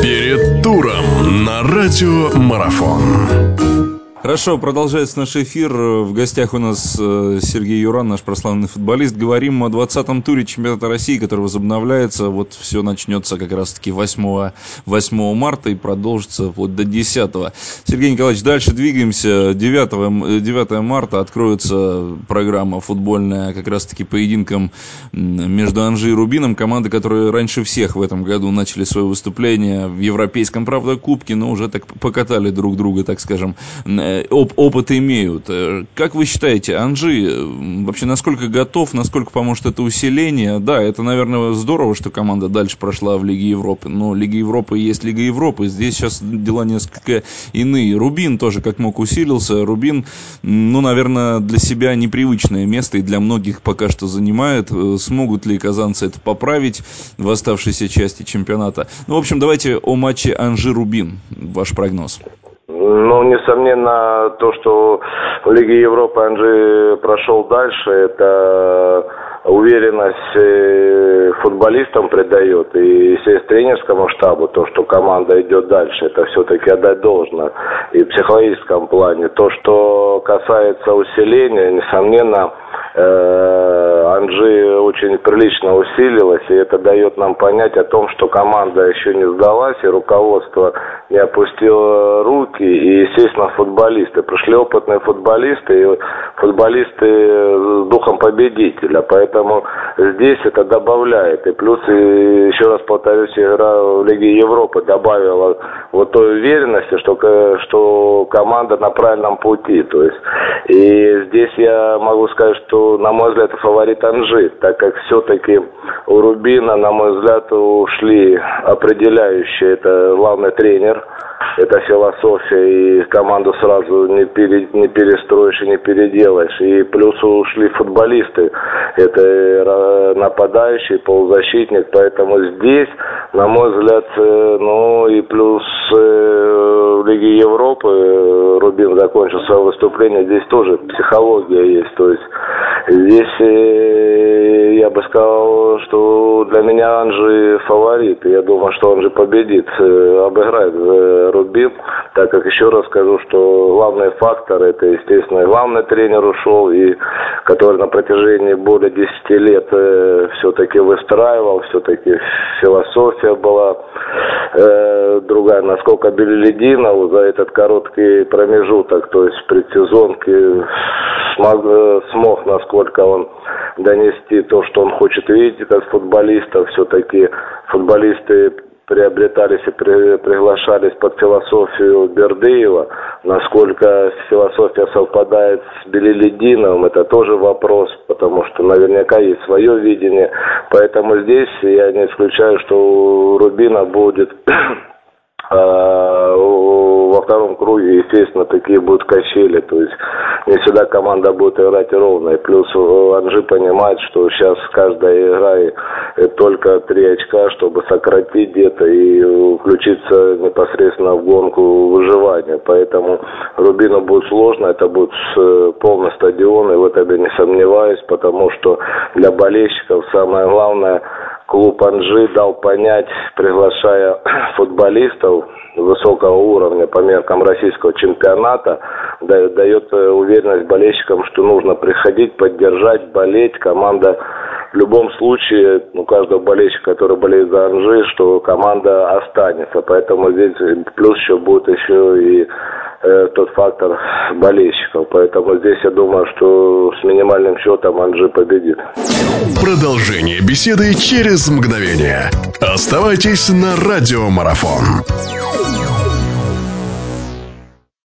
Перед туром на радио Марафон. Хорошо, продолжается наш эфир. В гостях у нас Сергей Юран, наш прославленный футболист. Говорим о 20-м туре чемпионата России, который возобновляется. Вот все начнется как раз-таки 8 марта и продолжится вплоть до 10-го. Сергей Николаевич, дальше двигаемся. 9 марта откроется программа футбольная как раз-таки поединком между Анжи и Рубином. Команды, которые раньше всех в этом году начали свое выступление в Европейском, правда, кубке, но уже так покатали друг друга, так скажем, опыт имеют. Как вы считаете, Анжи вообще насколько готов, насколько поможет это усиление? Да, это, наверное, здорово, что команда дальше прошла в Лиге Европы, но Лига Европы есть Лига Европы, здесь сейчас дела несколько иные. Рубин тоже как мог усилился. Рубин, наверное, для себя непривычное место и для многих пока что занимает. Смогут ли казанцы это поправить в оставшейся части чемпионата? В общем, давайте о матче Анжи-Рубин. Ваш прогноз. Несомненно, то, что в Лиге Европы Анжи прошел дальше, это уверенность футболистам придает и тренерскому штабу, то, что команда идет дальше, это все-таки отдать должно и в психологическом плане. То, что касается усиления, несомненно, Анжи очень прилично усилилась, и это дает нам понять о том, что команда еще не сдалась, и руководство не опустило руки, и, естественно, футболисты. Пришли опытные футболисты, и футболисты с духом победителя, поэтому здесь это добавляет. И плюс, еще раз повторюсь, игра в Лиге Европы добавила вот той уверенности, что команда на правильном пути. То есть, и здесь я могу сказать, что, на мой взгляд, фаворит Анжи, так как все-таки у Рубина, на мой взгляд, ушли определяющие, это главный тренер, это философия, и команду сразу не перестроишь и не переделаешь. И плюс ушли футболисты, это нападающий, полузащитник, поэтому здесь, на мой взгляд, и плюс в Лиге Европы Рубин закончил свое выступление, здесь тоже психология есть, то есть здесь я бы сказал, что для меня Анжи фаворит, и я думаю, что Анжи победит, обыграет Рубин, так как, еще раз скажу, что главный фактор, это, естественно, главный тренер ушел, и который на протяжении более 10 лет все-таки выстраивал, все-таки философия была другая, насколько Белелединов за этот короткий промежуток, то есть в предсезонке смог, насколько он донести то, что он хочет видеть от футболистов. Все-таки футболисты приобретались и приглашались под философию Бердыева. Насколько философия совпадает с Белелединовым, это тоже вопрос, потому что наверняка есть свое видение. Поэтому здесь я не исключаю, что у Рубина будет во втором круге, естественно, такие будут качели, то есть не всегда команда будет играть ровно, и плюс Анжи понимает, что сейчас каждая игра только 3 очка, чтобы сократить где-то и включиться непосредственно в гонку выживания, поэтому Рубину будет сложно, это будет полный стадион, и в этом я не сомневаюсь, потому что для болельщиков самое главное, клуб Анжи дал понять, приглашая футболистов высокого уровня по меркам российского чемпионата, дает уверенность болельщикам, что нужно приходить, поддержать, болеть. Команда в любом случае, у каждого болельщика, который болеет за Анжи, что команда останется. Поэтому здесь плюс еще будет еще и тот фактор болельщиков. Поэтому здесь я думаю, что с минимальным счетом Анжи победит. Продолжение беседы через мгновение. Оставайтесь на радио Марафон.